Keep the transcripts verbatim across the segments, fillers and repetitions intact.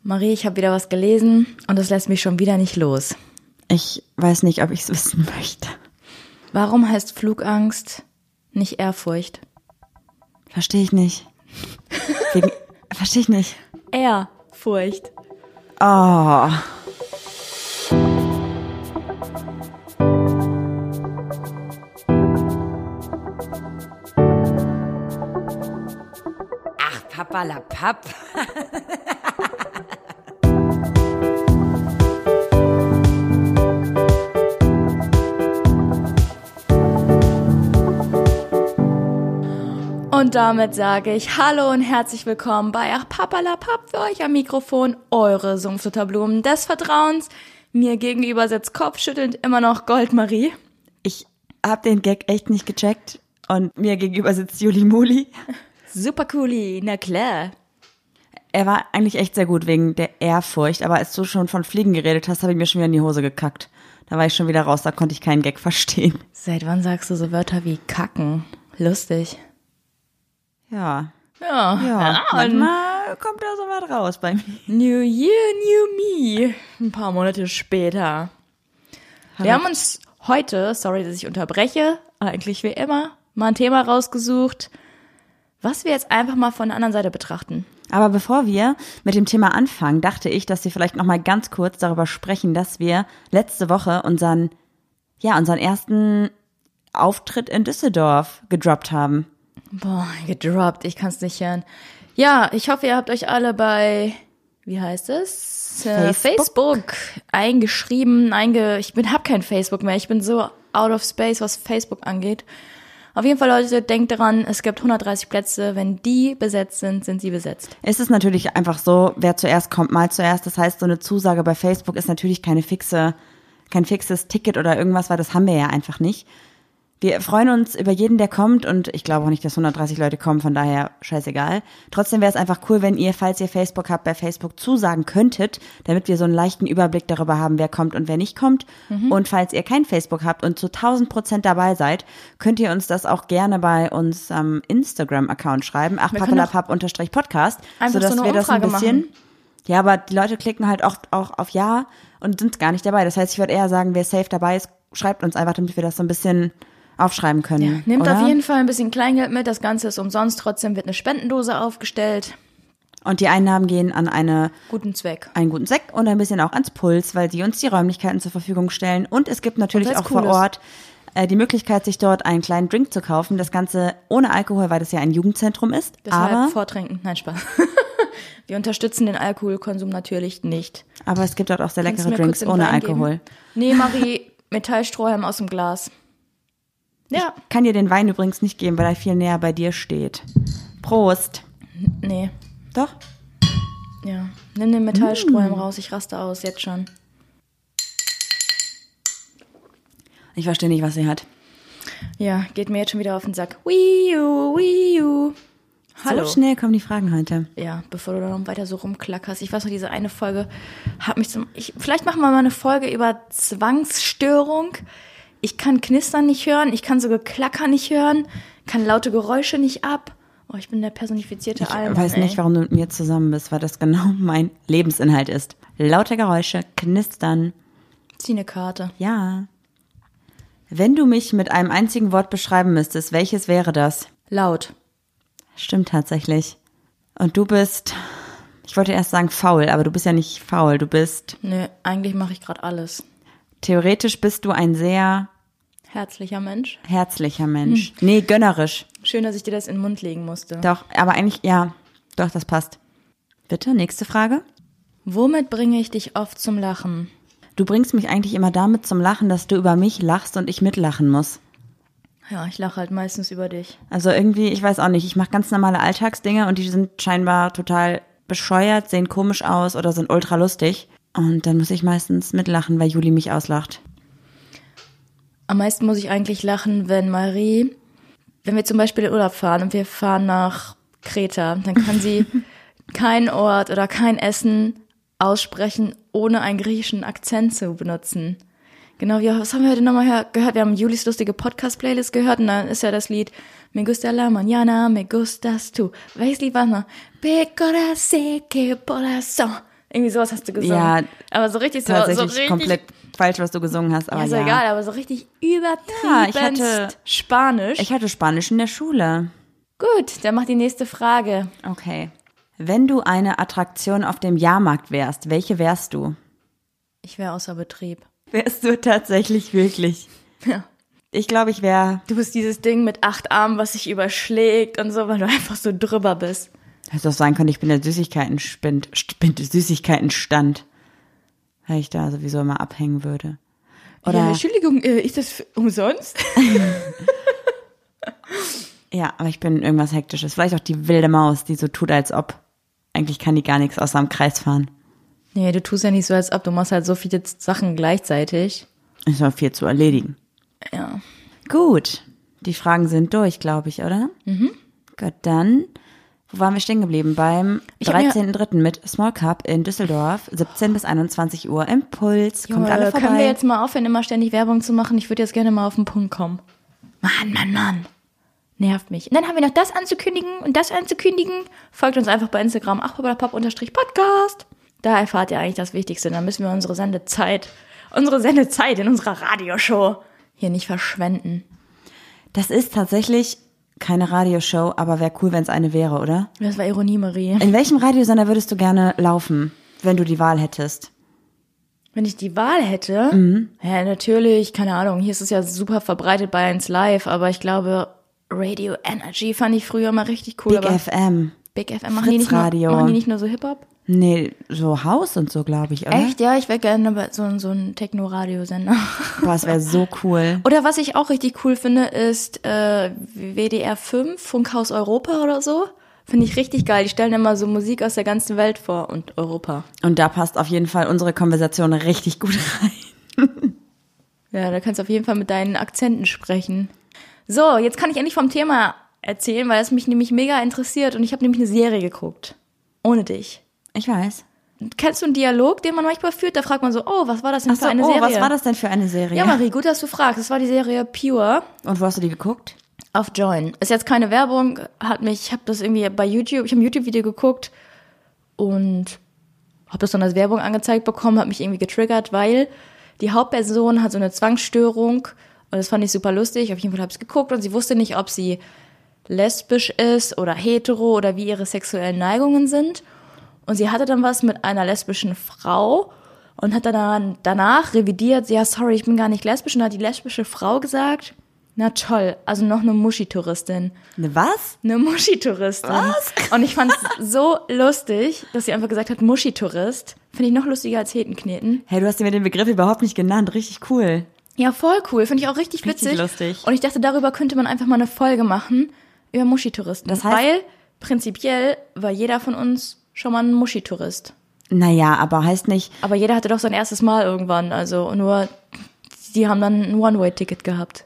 Marie, ich habe wieder was gelesen und das lässt mich schon wieder nicht los. Ich weiß nicht, ob ich es wissen möchte. Warum heißt Flugangst nicht Ehrfurcht? Verstehe ich nicht. Wegen, verstehe ich nicht. Ehrfurcht. Oh. Ach, Papalapap. Und damit sage ich Hallo und herzlich willkommen bei Ach Papalapap, für euch am Mikrofon, eure Sumpfdotterblumen des Vertrauens. Mir gegenüber sitzt kopfschüttelnd immer noch Goldmarie. Ich hab den Gag echt nicht gecheckt und mir gegenüber sitzt Juli Muli. Super cooli, na klar. Er war eigentlich echt sehr gut wegen der Ehrfurcht, aber als du schon von Fliegen geredet hast, habe ich mir schon wieder in die Hose gekackt. Da war ich schon wieder raus, da konnte ich keinen Gag verstehen. Seit wann sagst du so Wörter wie kacken? Lustig. Ja. Ja, Ja, und manchmal kommt da so was raus bei mir. New Year, New Me. Ein paar Monate später. Wir haben uns heute, sorry, dass ich unterbreche, eigentlich wie immer, mal ein Thema rausgesucht, was wir jetzt einfach mal von der anderen Seite betrachten. Aber bevor wir mit dem Thema anfangen, dachte ich, dass wir vielleicht noch mal ganz kurz darüber sprechen, dass wir letzte Woche unseren, ja, unseren ersten Auftritt in Düsseldorf gedroppt haben. Boah, gedroppt, ich kann es nicht hören. Ja, ich hoffe, ihr habt euch alle bei, wie heißt es? Äh, Facebook. Facebook eingeschrieben, einge, ich bin, hab kein Facebook mehr, ich bin so out of space, was Facebook angeht. Auf jeden Fall, Leute, denkt daran, es gibt hundertdreißig Plätze, wenn die besetzt sind, sind sie besetzt. Es ist natürlich einfach so, wer zuerst kommt, mal zuerst. Das heißt, so eine Zusage bei Facebook ist natürlich keine fixe, kein fixes Ticket oder irgendwas, weil das haben wir ja einfach nicht. Wir freuen uns über jeden, der kommt, und ich glaube auch nicht, dass hundertdreißig Leute kommen, von daher scheißegal. Trotzdem wäre es einfach cool, wenn ihr, falls ihr Facebook habt, bei Facebook zusagen könntet, damit wir so einen leichten Überblick darüber haben, wer kommt und wer nicht kommt. Mhm. Und falls ihr kein Facebook habt und zu tausend Prozent dabei seid, könnt ihr uns das auch gerne bei uns am Instagram-Account schreiben, ach papalapap-podcast, sodass so eine wir das ein Umfrage bisschen... machen. Ja, aber die Leute klicken halt oft auch auf Ja und sind gar nicht dabei. Das heißt, ich würde eher sagen, wer safe dabei ist, schreibt uns einfach, damit wir das so ein bisschen aufschreiben können. Ja, nehmt oder? auf jeden Fall ein bisschen Kleingeld mit, das Ganze ist umsonst, trotzdem wird eine Spendendose aufgestellt. Und die Einnahmen gehen an eine, Guten Zweck. einen guten Zweck und ein bisschen auch ans Puls, weil die uns die Räumlichkeiten zur Verfügung stellen. Und es gibt natürlich Und weil's auch cool vor Ort äh, die Möglichkeit, sich dort einen kleinen Drink zu kaufen. Das Ganze ohne Alkohol, weil das ja ein Jugendzentrum ist. Deshalb aber, vortrinken, nein, Spaß. Wir unterstützen den Alkoholkonsum natürlich nicht. aber es gibt dort auch sehr Kannst leckere du mir kurz Drinks den ohne Wein Alkohol. geben? Nee, Marie, Metallstrohhalm aus dem Glas. Ja. Kann dir den Wein übrigens nicht geben, weil er viel näher bei dir steht. Prost. Nee. Doch? Ja. Nimm den Metallstrohhalm Mm. raus, ich raste aus, jetzt schon. Ich verstehe nicht, was sie hat. Ja, geht mir jetzt schon wieder auf den Sack. Wii U, Wii U. Hallo. So schnell kommen die Fragen heute. Ja, bevor du da noch weiter so rumklackerst. Ich weiß noch, diese eine Folge hat mich zum... Ich, vielleicht machen wir mal eine Folge über Zwangsstörung. Ich kann Knistern nicht hören, ich kann so Geklacker nicht hören, kann laute Geräusche nicht ab. Oh, ich bin der personifizierte Ich Allmann, weiß nicht, ey. warum du mit mir zusammen bist, weil das genau mein Lebensinhalt ist. Laute Geräusche, knistern. Zieh eine Karte. Ja. Wenn du mich mit einem einzigen Wort beschreiben müsstest, welches wäre das? Laut. Stimmt tatsächlich. Und du bist, ich wollte erst sagen faul, aber du bist ja nicht faul. Du bist, Nö, eigentlich mache ich gerade alles. theoretisch bist du ein sehr Herzlicher Mensch. herzlicher Mensch. Nee, gönnerisch. Schön, dass ich dir das in den Mund legen musste. Doch, aber eigentlich, ja, doch, das passt. Bitte, nächste Frage. Womit bringe ich dich oft zum Lachen? Du bringst mich eigentlich immer damit zum Lachen, dass du über mich lachst und ich mitlachen muss. Ja, ich lache halt meistens über dich. Also irgendwie, ich weiß auch nicht, ich mache ganz normale Alltagsdinge und die sind scheinbar total bescheuert, sehen komisch aus oder sind ultra lustig. Und dann muss ich meistens mitlachen, weil Juli mich auslacht. Am meisten muss ich eigentlich lachen, wenn Marie, wenn wir zum Beispiel in Urlaub fahren und wir fahren nach Kreta, dann kann sie keinen Ort oder kein Essen aussprechen, ohne einen griechischen Akzent zu benutzen. Genau, wie, was haben wir heute nochmal gehört? Wir haben Julis lustige Podcast-Playlist gehört und dann ist ja das Lied Me gusta la mañana, me gustas tú. Welches Lied war noch? Pecora se que corazón. Irgendwie sowas hast du gesungen. Ja, aber so richtig so, tatsächlich so richtig, komplett falsch, was du gesungen hast. Aber ja, ist ja, ja egal, aber so richtig übertrieben Ja, ich hatte- Spanisch. Ich hatte Spanisch in der Schule. Gut, dann mach die nächste Frage. Okay. Wenn du eine Attraktion auf dem Jahrmarkt wärst, welche wärst du? Ich wäre außer Betrieb. Wärst du tatsächlich wirklich? Ja. Ich glaube, ich wäre... Du bist dieses Ding mit acht Armen, was sich überschlägt und so, weil du einfach so drüber bist. Hätte auch sein können, ich bin der Süßigkeiten-Spind, Spind, Süßigkeiten-Stand. Weil ich da sowieso immer abhängen würde. Oder, Ja, ja, Entschuldigung, äh, ist das f- umsonst? aber ich bin irgendwas Hektisches. Vielleicht auch die wilde Maus, die so tut, als ob. Eigentlich kann die gar nichts außer am Kreis fahren. Nee, du tust ja nicht so, als ob du machst halt so viele Sachen gleichzeitig. Ist noch viel zu erledigen. Ja. Gut, die Fragen sind durch, glaube ich, oder? Mhm. Gut, dann, wo waren wir stehen geblieben? Beim Ich hab mir- dreizehnten dritten mit Small Cup in Düsseldorf, siebzehn bis einundzwanzig Uhr, Impuls, kommt Junge, alle vorbei. können wir jetzt mal aufhören, immer ständig Werbung zu machen? Ich würde jetzt gerne mal auf den Punkt kommen. Mann, Mann, Mann. Nervt mich. Und dann haben wir noch das anzukündigen und das anzukündigen. Folgt uns einfach bei Instagram, achpappalapapp-podcast. Da erfahrt ihr eigentlich das Wichtigste. Da müssen wir unsere Sendezeit, unsere Sendezeit in unserer Radioshow hier nicht verschwenden. Das ist tatsächlich keine Radioshow, aber wäre cool, wenn es eine wäre, oder? Das war Ironie, Marie. In welchem Radiosender würdest du gerne laufen, wenn du die Wahl hättest? Wenn ich die Wahl hätte, ja, natürlich, keine Ahnung, hier ist es ja super verbreitet bei eins Live, aber ich glaube, Radio Energy fand ich früher mal richtig cool. Big aber F M. Big F M, machen die, nicht nur, Fritz-Radio. machen die nicht nur so Hip-Hop? Nee, so Haus und so, glaube ich, oder? Echt? Ja, ich wäre gerne bei so, so ein Techno-Radiosender. Boah, das wäre so cool. Oder was ich auch richtig cool finde, ist äh, W D R fünf, Funkhaus Europa oder so. Finde ich richtig geil. Die stellen immer so Musik aus der ganzen Welt vor und Europa. Und da passt auf jeden Fall unsere Konversation richtig gut rein. Ja, da kannst du auf jeden Fall mit deinen Akzenten sprechen. So, jetzt kann ich endlich vom Thema erzählen, weil es mich nämlich mega interessiert und ich habe nämlich eine Serie geguckt. Ohne dich. Ich weiß. Kennst du einen Dialog, den man manchmal führt? Da fragt man so, oh, was war das denn Ach so, für eine oh, Serie? was war das denn für eine Serie? Ja, Marie, gut, dass du fragst. Das war die Serie Pure Und wo hast du die geguckt? auf Join. Ist jetzt keine Werbung, hat mich, ich habe das irgendwie bei YouTube, ich habe ein YouTube-Video geguckt und habe das dann als Werbung angezeigt bekommen, hat mich irgendwie getriggert, weil die Hauptperson hat so eine Zwangsstörung und das fand ich super lustig. Auf jeden Fall habe ich es geguckt und sie wusste nicht, ob sie lesbisch ist oder hetero oder wie ihre sexuellen Neigungen sind. Und sie hatte dann was mit einer lesbischen Frau und hat dann danach revidiert, ja, sorry, ich bin gar nicht lesbisch. Und hat die lesbische Frau gesagt, na toll, also noch eine Muschi-Touristin. Ne, was? Eine Muschi-Touristin. Was? Und ich fand es so lustig, dass sie einfach gesagt hat, Muschi-Tourist. Finde ich noch lustiger als Hetenkneten. Hey, du hast dir mir den Begriff überhaupt nicht genannt. Richtig cool. Ja, voll cool. Finde ich auch richtig Richtig witzig. lustig. Und ich dachte, darüber könnte man einfach mal eine Folge machen über Muschi-Touristen. Das heißt- Weil prinzipiell war jeder von uns schon mal ein Muschi-Tourist. Naja, aber heißt nicht, Aber jeder hatte doch sein erstes Mal irgendwann. Also nur, die haben dann ein One-Way-Ticket gehabt.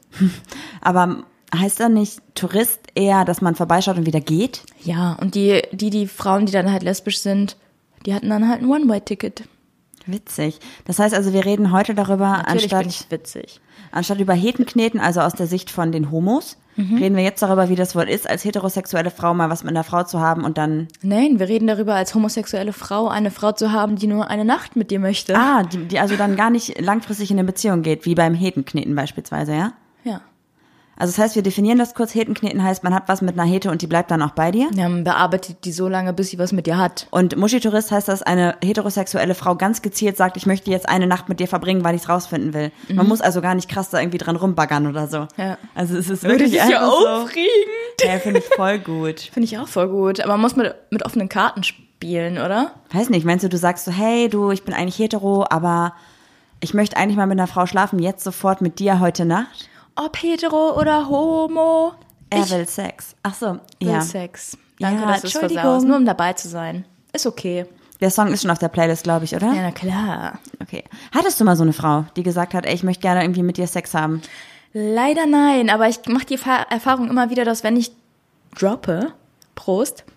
aber heißt dann nicht Tourist eher, dass man vorbeischaut und wieder geht? Ja, und die, die, die Frauen, die dann halt lesbisch sind, die hatten dann halt ein One-Way-Ticket. Witzig. Das heißt also, wir reden heute darüber, Natürlich bin anstatt, ich witzig. anstatt über Hetenkneten, also aus der Sicht von den Homos, Mhm. reden wir jetzt darüber, wie das wohl ist, als heterosexuelle Frau mal was mit einer Frau zu haben und dann, Nein, wir reden darüber, als homosexuelle Frau eine Frau zu haben, die nur eine Nacht mit dir möchte. ah, die, die also dann gar nicht langfristig in eine Beziehung geht, wie beim Hetenkneten beispielsweise, ja? Ja. Also das heißt, wir definieren das kurz, Hetenkneten heißt, man hat was mit einer Hete und die bleibt dann auch bei dir. Ja, man bearbeitet die so lange, bis sie was mit dir hat. Und Muschi-Tourist heißt, dass eine heterosexuelle Frau ganz gezielt sagt, ich möchte jetzt eine Nacht mit dir verbringen, weil ich es rausfinden will. Man muss also gar nicht krass da irgendwie dran rumbaggern oder so. Ja. Also es ist wirklich einfach so. Ja, finde ich voll gut. Finde ich auch voll gut. Aber man muss mit, mit offenen Karten spielen, oder? Weiß nicht, meinst du, du sagst so, hey, du, ich bin eigentlich hetero, aber ich möchte eigentlich mal mit einer Frau schlafen, jetzt sofort mit dir heute Nacht? Ob hetero oder homo. Er ich will Sex. Ach so, will ja. Sex. Danke, Ja, dass du es Entschuldigung. versaust. Nur um dabei zu sein. Ist okay. Der Song ist schon auf der Playlist, glaube ich, oder? Ja, na klar. Okay. Hattest du mal so eine Frau, die gesagt hat, ey, ich möchte gerne irgendwie mit dir Sex haben? Leider nein, aber ich mache die Erfa- Erfahrung immer wieder, dass wenn ich droppe, Prost,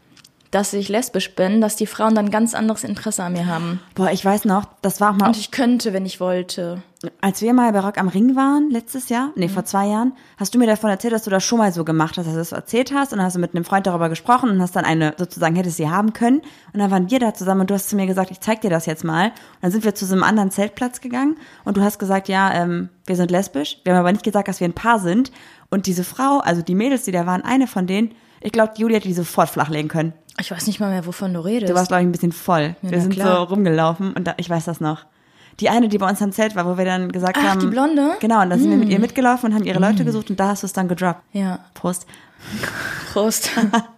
dass ich lesbisch bin, dass die Frauen dann ganz anderes Interesse an mir haben. Boah, ich weiß noch, das war auch mal, Und ich könnte, wenn ich wollte. als wir mal bei Rock am Ring waren, letztes Jahr, nee, mhm. vor zwei Jahren, hast du mir davon erzählt, dass du das schon mal so gemacht hast, dass du das erzählt hast und dann hast du mit einem Freund darüber gesprochen und hast dann eine, sozusagen, hättest sie haben können und dann waren wir da zusammen und du hast zu mir gesagt, ich zeig dir das jetzt mal und dann sind wir zu so einem anderen Zeltplatz gegangen und du hast gesagt, ja, ähm, wir sind lesbisch, wir haben aber nicht gesagt, dass wir ein Paar sind und diese Frau, also die Mädels, die da waren, eine von denen, ich glaube, Julia hätte die sofort flachlegen können. Ich weiß nicht mal mehr, wovon du redest. Du warst, glaube ich, ein bisschen voll. Ja, wir sind klar. so rumgelaufen und da, ich weiß das noch. Die eine, die bei uns am Zelt war, wo wir dann gesagt Ach, haben. die Blonde? Genau, und dann sind mm. wir mit ihr mitgelaufen und haben ihre Leute mm. gesucht und da hast du es dann gedroppt. Ja. Prost. Prost.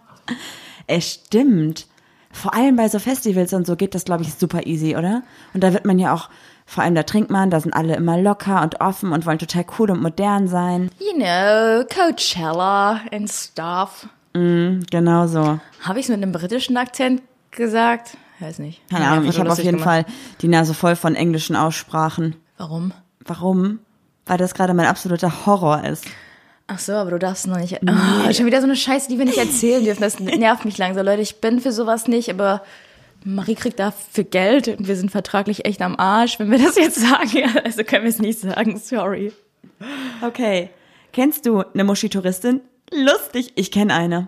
Es stimmt. Vor allem bei so Festivals und so geht das, glaube ich, super easy, oder? Und da wird man ja auch, vor allem da trinkt man, da sind alle immer locker und offen und wollen total cool und modern sein. You know, Coachella and stuff. Mm, genau so. Habe ich es mit einem britischen Akzent gesagt? Weiß nicht. Keine Ahnung, ich habe auf jeden gemacht. Fall die Nase voll von englischen Aussprachen. Warum? Warum? Weil das gerade mein absoluter Horror ist. Ach so, aber du darfst noch nicht. Oh, schon wieder so eine Scheiße, die wir nicht erzählen dürfen. Das nervt mich langsam, Leute. Ich bin für sowas nicht, aber Marie kriegt dafür Geld und wir sind vertraglich echt am Arsch, wenn wir das jetzt sagen. Also können wir es nicht sagen, sorry. Okay. Kennst du eine Muschi-Touristin? Lustig, ich kenne eine.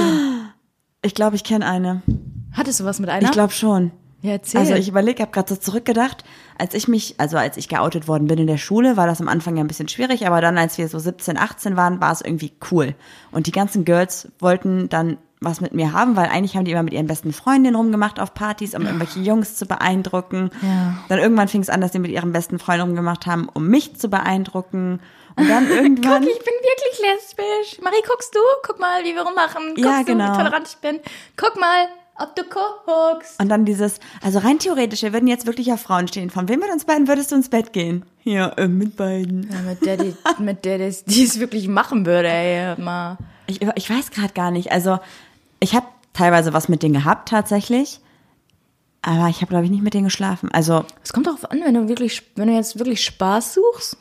Ich glaube, ich kenne eine. Hattest du was mit einer? Ich glaube schon. Ja, erzähl. Also ich überlege, habe gerade so zurückgedacht, als ich mich, also als ich geoutet worden bin in der Schule, war das am Anfang ja ein bisschen schwierig, aber dann, als wir so siebzehn, achtzehn waren, war es irgendwie cool. Und die ganzen Girls wollten dann was mit mir haben, weil eigentlich haben die immer mit ihren besten Freundinnen rumgemacht auf Partys, um irgendwelche Jungs zu beeindrucken. Ja. Dann irgendwann fing es an, dass sie mit ihren besten Freunden rumgemacht haben, um mich zu beeindrucken. Und dann irgendwann... Guck, ich bin wirklich lesbisch. Marie, guckst du? Guck mal, wie wir rummachen. Guckst ja, du, genau. wie tolerant ich bin? Guck mal, ob du guckst. Und dann dieses, also rein theoretisch, wir würden jetzt wirklich auf Frauen stehen. Von wem mit uns beiden würdest du ins Bett gehen? Ja, äh, mit beiden. Ja, mit der, die, mit der, die, die es wirklich machen würde, ey, mal. Ich, ich weiß gerade gar nicht. Also, ich habe teilweise was mit denen gehabt, tatsächlich. Aber ich habe, glaube ich, nicht mit denen geschlafen. Also. Es kommt darauf an, wenn du wirklich, wenn du jetzt wirklich Spaß suchst.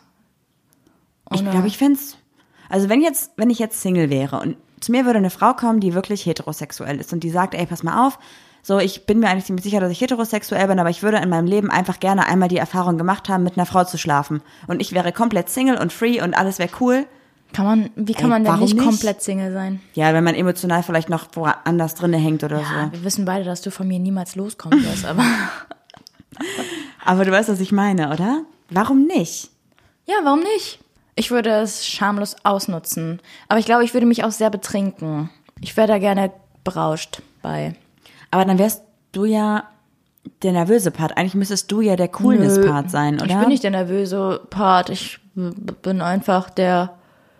Ich glaube, ich fände es, also wenn jetzt, wenn ich jetzt Single wäre und zu mir würde eine Frau kommen, die wirklich heterosexuell ist und die sagt, ey, pass mal auf, so, ich bin mir eigentlich ziemlich sicher, dass ich heterosexuell bin, aber ich würde in meinem Leben einfach gerne einmal die Erfahrung gemacht haben, mit einer Frau zu schlafen. Und ich wäre komplett Single und free und alles wäre cool. Kann man, wie kann ey, man denn nicht, nicht komplett Single sein? Ja, wenn man emotional vielleicht noch woanders drinne hängt oder ja, so. Wir wissen beide, dass du von mir niemals loskommen wirst, aber. Aber du weißt, was ich meine, oder? Warum nicht? Ja, warum nicht? Ich würde es schamlos ausnutzen. Aber ich glaube, ich würde mich auch sehr betrinken. Ich wäre da gerne berauscht bei. Aber dann wärst du ja der nervöse Part. Eigentlich müsstest du ja der Coolness-Part sein, oder? Ich bin nicht der nervöse Part. Ich bin einfach der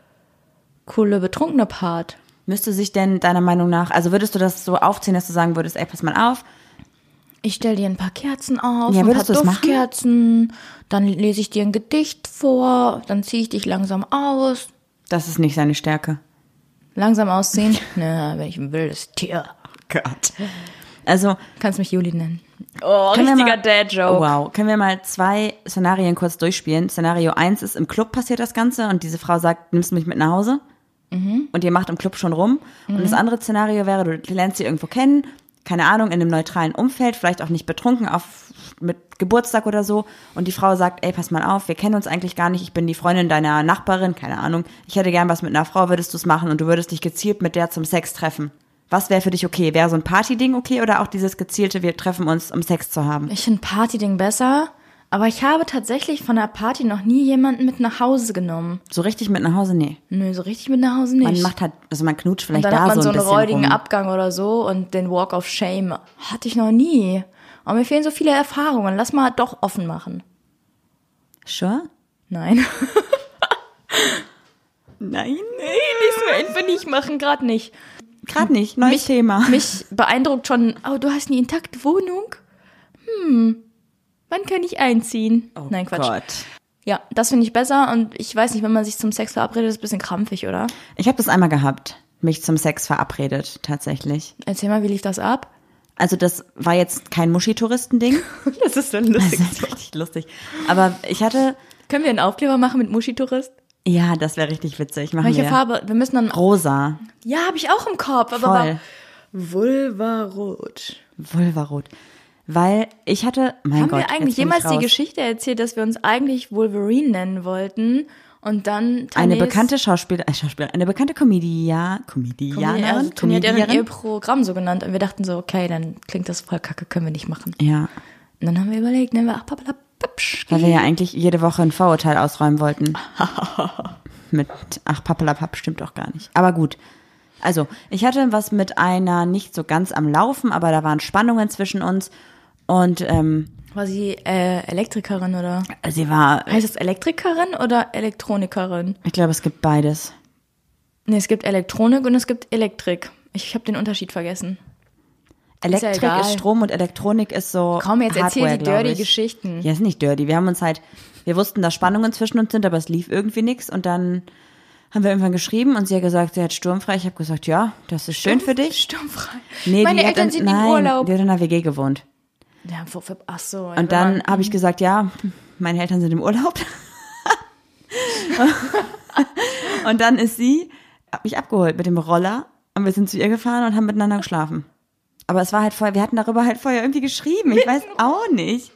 coole, betrunkene Part. Müsste sich denn deiner Meinung nach, also würdest du das so aufziehen, dass du sagen würdest, ey, pass mal auf. Ich stelle dir ein paar Kerzen auf, ja, ein paar Duftkerzen, dann lese ich dir ein Gedicht vor, dann ziehe ich dich langsam aus. Das ist nicht seine Stärke. Langsam ausziehen? Na, wenn ich ein wildes Tier. Oh Gott. Also. Kannst mich Juli nennen. Oh, richtiger Dad-Joke. Oh, wow. Können wir mal zwei Szenarien kurz durchspielen? Szenario eins ist, im Club passiert das Ganze und diese Frau sagt, nimmst du mich mit nach Hause? Mhm. Und ihr macht im Club schon rum. Mhm. Und das andere Szenario wäre, du lernst sie irgendwo kennen, keine Ahnung, in einem neutralen Umfeld, vielleicht auch nicht betrunken, auf mit Geburtstag oder so. Und die Frau sagt, ey, pass mal auf, wir kennen uns eigentlich gar nicht, ich bin die Freundin deiner Nachbarin, keine Ahnung. Ich hätte gern was mit einer Frau, würdest du es machen und du würdest dich gezielt mit der zum Sex treffen. Was wäre für dich okay? Wäre so ein Partyding okay oder auch dieses gezielte, wir treffen uns, um Sex zu haben? Ich finde Partyding besser, aber ich habe tatsächlich von einer Party noch nie jemanden mit nach Hause genommen. So richtig mit nach Hause? Nee. Nö, so richtig mit nach Hause nicht. Man macht halt, also man knutscht vielleicht und dann da hat man so so ein einen räudigen rum. Abgang oder so und den Walk of Shame hatte ich noch nie. Aber mir fehlen so viele Erfahrungen. Lass mal doch offen machen. Sure? Nein. Nein? Nee, nicht so einfach nicht machen, gerade nicht. Gerade nicht, neues mich, Thema. Mich beeindruckt schon, oh, du hast eine intakte Wohnung? Hm, wann kann ich einziehen? Oh Nein, Quatsch. Gott. Ja, das finde ich besser und ich weiß nicht, wenn man sich zum Sex verabredet, ist es ein bisschen krampfig, oder? Ich habe das einmal gehabt, mich zum Sex verabredet, tatsächlich. Erzähl mal, wie lief das ab? Also das war jetzt kein Muschi-Touristending. Das ist so lustig. Das ist richtig lustig. Aber ich hatte... Können wir einen Aufkleber machen mit Muschi-Tourist? Ja, das wäre richtig witzig. Machen Welche wir. Farbe? Wir müssen dann... Rosa. Ja, habe ich auch im Kopf. Aber Voll. Vulvarot. Vulvarot. Weil ich hatte, mein Haben Gott, wir eigentlich jetzt bin ich jemals die raus. Geschichte erzählt, dass wir uns eigentlich Wolverine nennen wollten und dann Tanés, Eine bekannte Schauspieler, äh, Schauspieler, eine bekannte Comedia, Comedianerin, also Toni hat ja dann ihr Comedianerin. Programm so genannt und wir dachten so, okay, dann klingt das voll kacke, können wir nicht machen. Ja, Und dann haben wir überlegt, nennen wir ach Papalapapsch. weil wir ja eigentlich jede Woche ein Vorurteil ausräumen wollten. Mit, ach, Papalapap stimmt doch gar nicht. Aber gut. Also, ich hatte was mit einer nicht so ganz am Laufen, aber da waren Spannungen zwischen uns. Und ähm, War sie äh, Elektrikerin oder? sie war, Heißt es Elektrikerin oder Elektronikerin? ich glaube, es gibt beides. Nee, es gibt Elektronik und es gibt Elektrik. Ich habe den Unterschied vergessen. Elektrik ja ist, egal. Strom und Elektronik ist so Komm, jetzt erzähl Hardware, die glaub dirty ich. Geschichten. Ja, ist nicht dirty. Wir haben uns halt, wir wussten, dass Spannungen zwischen uns sind, aber es lief irgendwie nichts. Und dann haben wir irgendwann geschrieben und sie hat gesagt, sie hat sturmfrei. Ich habe gesagt, ja, das ist schön für dich. Sturmfrei. Nee, Meine die Eltern hat in, sind nein, im Urlaub. die hat in einer W G gewohnt. Ja, wo, wo, ach so. Und dann habe ich gesagt, ja, meine Eltern sind im Urlaub. Und dann ist sie, hat mich abgeholt mit dem Roller und wir sind zu ihr gefahren und haben miteinander geschlafen. Aber es war halt vorher, wir hatten darüber halt vorher irgendwie geschrieben. Ich weiß auch nicht.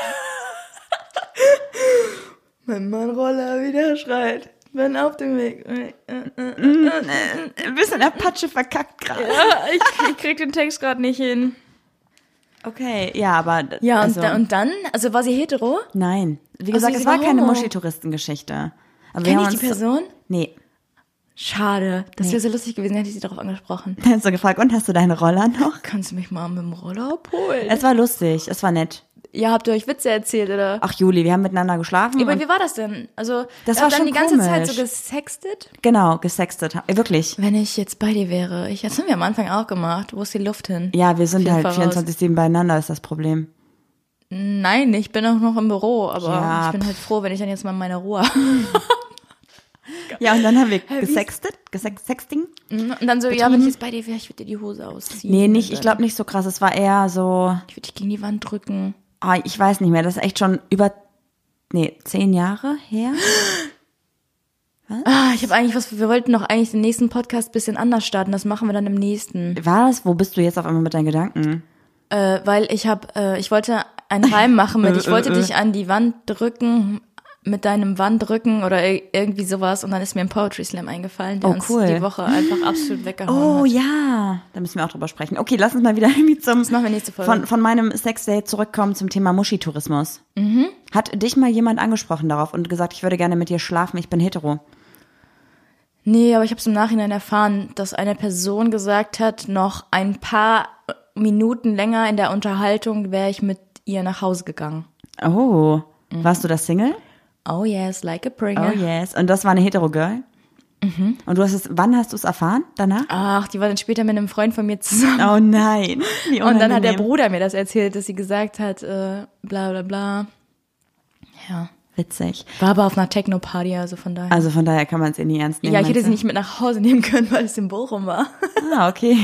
Wenn mein Roller wieder schreit, bin auf dem Weg. Ein bisschen Apache verkackt gerade. Ja, ich, ich krieg den Text gerade nicht hin. Okay, ja, aber. Ja, und, also, da, und dann, also war sie hetero? Nein. Wie Ach gesagt, so, es sie war war keine homo. Muschi-Touristengeschichte. Aber wir Kenn haben ich die uns- Person? Nee. Schade. Das wäre so lustig gewesen, hätte ich sie darauf angesprochen. Dann hast du gefragt, und hast du deine Roller noch? Kannst du mich mal mit dem Roller abholen? Es war lustig, es war nett. Ja, habt ihr euch Witze erzählt, oder? Ach, Juli, wir haben miteinander geschlafen. Ja, aber und- wie war das denn? Also, Das ihr war habt dann schon die ganze Zeit komisch. so gesextet? Genau, gesextet. Äh, Wirklich. Wenn ich jetzt bei dir wäre, ich, das haben wir am Anfang auch gemacht. Wo ist die Luft hin? Ja, wir sind Viel halt voraus. vierundzwanzig sieben beieinander, ist das Problem. Nein, ich bin auch noch im Büro, aber Ja, ich bin halt froh, wenn ich dann jetzt mal meine Ruhe habe. Ja, und dann haben wir wie ist- gesextet, gesex Sexting. Und dann so, ja, wenn ich jetzt bei dir wäre, ich würde dir die Hose ausziehen. Nee, nicht, ich Und glaube nicht so krass. Es war eher so, Ich würde dich gegen die Wand drücken. ah, ich weiß nicht mehr, das ist echt schon über, nee, zehn Jahre her. Ah, ich habe eigentlich was, wir wollten noch eigentlich den nächsten Podcast ein bisschen anders starten. Das machen wir dann im nächsten. War das? Wo bist du jetzt auf einmal mit deinen Gedanken? Äh, weil ich habe, äh, ich wollte einen Reim machen mit, ich wollte dich an die Wand drücken, mit deinem Wandrücken oder ir- irgendwie sowas. Und dann ist mir ein Poetry Slam eingefallen, der Oh, uns cool. die Woche einfach absolut weggehauen Oh hat. ja, da müssen wir auch drüber sprechen. Okay, lass uns mal wieder irgendwie zum, Das machen wir nächste Folge. von, von meinem Sexdate zurückkommen zum Thema Muschi-Tourismus. Mhm. Hat dich mal jemand angesprochen darauf und gesagt, ich würde gerne mit dir schlafen, ich bin hetero? Nee, aber ich habe es im Nachhinein erfahren, dass eine Person gesagt hat, noch ein paar Minuten länger in der Unterhaltung wäre ich mit ihr nach Hause gegangen. Oh, Mhm. warst du das Single? Oh yes, like a Oh Pringer. yes. Und das war eine Hetero-Girl? Mhm. Und du hast es, wann hast du es erfahren? Danach? Ach, die war dann später mit einem Freund von mir zusammen. Oh nein. Wie Und dann hat der unangenehm. Bruder mir das erzählt, dass sie gesagt hat, äh, bla bla bla. Ja. Witzig. War aber auf einer Techno-Party, also von daher. Also von daher kann man es eh nie ernst nehmen. ja, ich hätte meinst sie du? nicht mit nach Hause nehmen können, weil es in Bochum war. Ah, okay.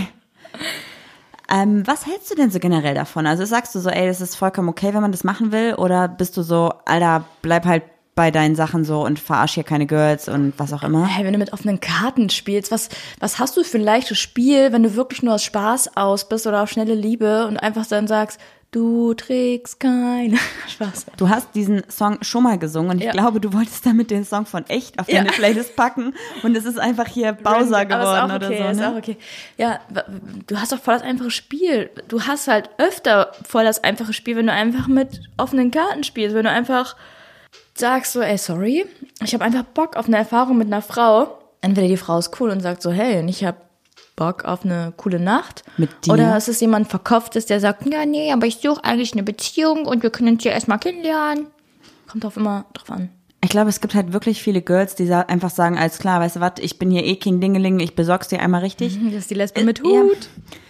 Ähm, was hältst du denn so generell davon? Also sagst du so, ey, das ist vollkommen okay, wenn man das machen will? Oder bist du so, Alter, bleib halt bei deinen Sachen so und verarsch hier keine Girls und was auch immer? Hey, wenn du mit offenen Karten spielst, was, was hast du für ein leichtes Spiel, wenn du wirklich nur aus Spaß aus bist oder auf schnelle Liebe und einfach dann sagst, du trägst keine Spaß. Du hast diesen Song schon mal gesungen und ich Ja. glaube, du wolltest damit den Song von Echt auf deine Ja. Playlist packen und es ist einfach hier Bowser Aber geworden ist auch okay, oder so. ist Ne? auch okay. Ja, w- du hast doch voll das einfache Spiel. Du hast halt öfter voll das einfache Spiel, wenn du einfach mit offenen Karten spielst, wenn du einfach sagst so, ey, sorry, ich habe einfach Bock auf eine Erfahrung mit einer Frau. Entweder die Frau ist cool und sagt so, hey, und ich habe Bock auf eine coole Nacht. Mit dir? Oder es ist jemand Verkopftes, der sagt, ja, nee, aber ich suche eigentlich eine Beziehung und wir können uns ja erstmal kennenlernen. Kommt drauf immer drauf an. Ich glaube, es gibt halt wirklich viele Girls, die sa- einfach sagen, alles klar, weißt du was, ich bin hier eh King Dingeling, ich besorg's dir einmal richtig. Das ist die Lesbe mit Äh, ja. Hut.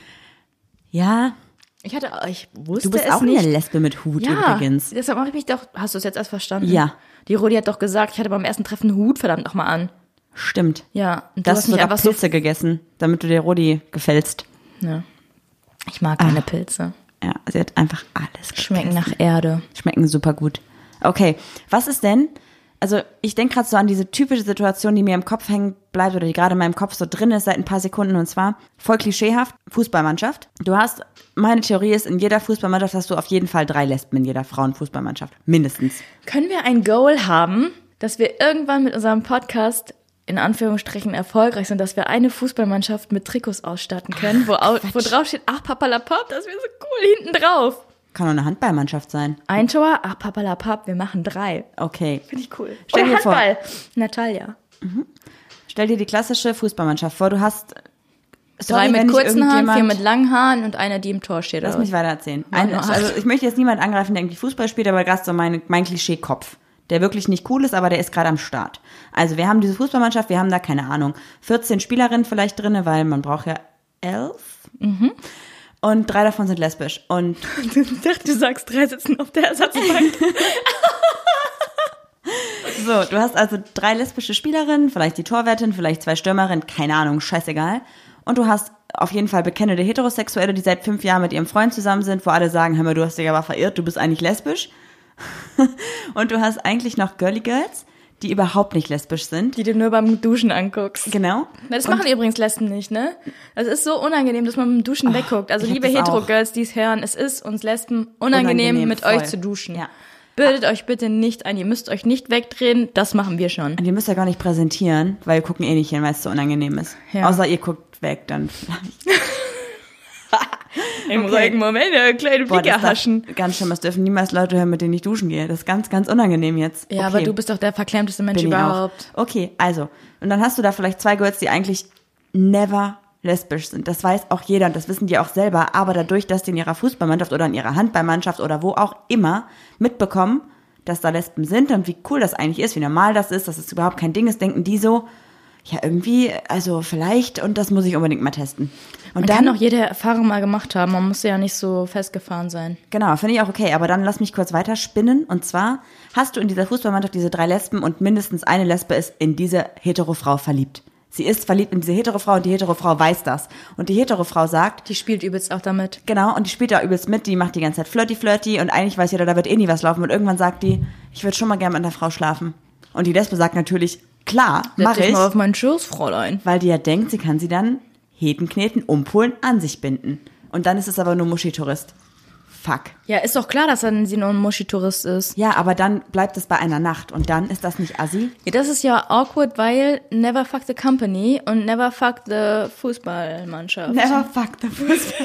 Ja, Ich hatte, ich wusste du bist es auch nicht. eine Lesbe mit Hut Ja, übrigens. deshalb mache ich mich doch, hast du es jetzt erst verstanden? Ja. Die Rodi hat doch gesagt, ich hatte beim ersten Treffen einen Hut, verdammt nochmal an. Stimmt. Ja. Und Du hast hast mich sogar einfach Pilze gegessen, damit du dir Rodi gefällst. so, ja. Ich mag keine Pilze. Ja, sie hat einfach alles Schmecken gegessen. nach Erde. Schmecken super gut. Okay, was ist denn, also ich denke gerade so an diese typische Situation, die mir im Kopf hängen bleibt oder die gerade in meinem Kopf so drin ist seit ein paar Sekunden, und zwar voll klischeehaft, Fußballmannschaft. Du hast, meine Theorie ist, in jeder Fußballmannschaft hast du auf jeden Fall drei Lesben in jeder Frauenfußballmannschaft, mindestens. Können wir ein Goal haben, dass wir irgendwann mit unserem Podcast in Anführungsstrichen erfolgreich sind, dass wir eine Fußballmannschaft mit Trikots ausstatten können, wo, au- wo drauf steht, ach papalapap, das wäre so cool, hinten drauf. Kann auch eine Handballmannschaft sein. Ein Tor, ach papalapap, wir machen drei. Okay. Finde ich cool. Stell Oder dir vor. Handball. Natalia. Stell dir die klassische Fußballmannschaft vor, du hast sorry, Drei mit wenn ich kurzen Haaren, vier irgendjemand- mit langen Haaren und einer, die im Tor steht. Lass oder mich was? weiter erzählen. Ja, Ein, nur acht. also ich möchte jetzt niemand angreifen, der irgendwie Fußball spielt, aber gerade so mein, mein Klischee-Kopf, der wirklich nicht cool ist, aber der ist gerade am Start. Also wir haben diese Fußballmannschaft, wir haben da, keine Ahnung, vierzehn Spielerinnen vielleicht drinne, weil man braucht ja elf. Mhm. Und drei davon sind lesbisch. Und Ich dachte, du sagst, drei sitzen auf der Ersatzbank. so, du hast also drei lesbische Spielerinnen, vielleicht die Torwärtin, vielleicht zwei Stürmerinnen, keine Ahnung, scheißegal. Und du hast auf jeden Fall bekennende Heterosexuelle, die seit fünf Jahren mit ihrem Freund zusammen sind, wo alle sagen, hör mal, du hast dich aber verirrt, du bist eigentlich lesbisch. Und du hast eigentlich noch Girly Girls, die überhaupt nicht lesbisch sind. Die du nur beim Duschen anguckst. Genau. Das Und- machen übrigens Lesben nicht, ne? Das ist so unangenehm, dass man beim Duschen wegguckt. Also ich hab liebe das auch. Hetero-Girls, die es hören, es ist uns Lesben unangenehm, Unangenehm, mit voll. euch zu duschen. Ja. Bildet euch bitte nicht ein, ihr müsst euch nicht wegdrehen, das machen wir schon. Und ihr müsst ja gar nicht präsentieren, weil wir gucken eh nicht hin, weil es so unangenehm ist. Ja. Außer ihr guckt weg, dann vielleicht. Im Okay. ruhigen Moment, eine kleine Boah, Finger das haschen. darf, ganz schlimm, es dürfen niemals Leute hören, mit denen ich duschen gehe. Das ist ganz, ganz unangenehm jetzt. Ja, Okay. aber du bist doch der verklemmteste Mensch Bin ich überhaupt. Auch. Okay, also. Und dann hast du da vielleicht zwei Girls, die eigentlich never lesbisch sind. Das weiß auch jeder und das wissen die auch selber. Aber dadurch, dass die in ihrer Fußballmannschaft oder in ihrer Handballmannschaft oder wo auch immer mitbekommen, dass da Lesben sind und wie cool das eigentlich ist, wie normal das ist, dass es überhaupt kein Ding ist, denken die so, ja irgendwie, also vielleicht und das muss ich unbedingt mal testen. Und Man dann, kann auch jede Erfahrung mal gemacht haben, man muss ja nicht so festgefahren sein. genau, finde ich auch okay, aber dann lass mich kurz weiter spinnen. Und zwar hast du in dieser Fußballmannschaft diese drei Lesben und mindestens eine Lesbe ist in diese Hetero-Frau verliebt. Sie ist verliebt in diese Hetero-Frau und die Hetero-Frau weiß das. Und die Hetero-Frau sagt, Die spielt übelst auch damit. genau, und die spielt da übelst mit, die macht die ganze Zeit flirty-flirty und eigentlich weiß jeder, da wird eh nie was laufen. Und irgendwann sagt die, ich würde schon mal gerne mit einer Frau schlafen. Und die Lesbe sagt natürlich, klar, Setz mach dich ich, mal auf meinen Schoß, Fräulein. weil die ja denkt, sie kann sie dann Heten kneten, umpolen, an sich binden. Und dann ist es aber nur Muschi-Tourist. Fuck. Ja, ist doch klar, dass dann sie nur ein Muschi-Tourist ist. Ja, aber dann bleibt es bei einer Nacht und dann ist das nicht assi? Ja, das ist ja awkward, weil never fuck the company und never fuck the Fußballmannschaft. Never fuck the Fußball.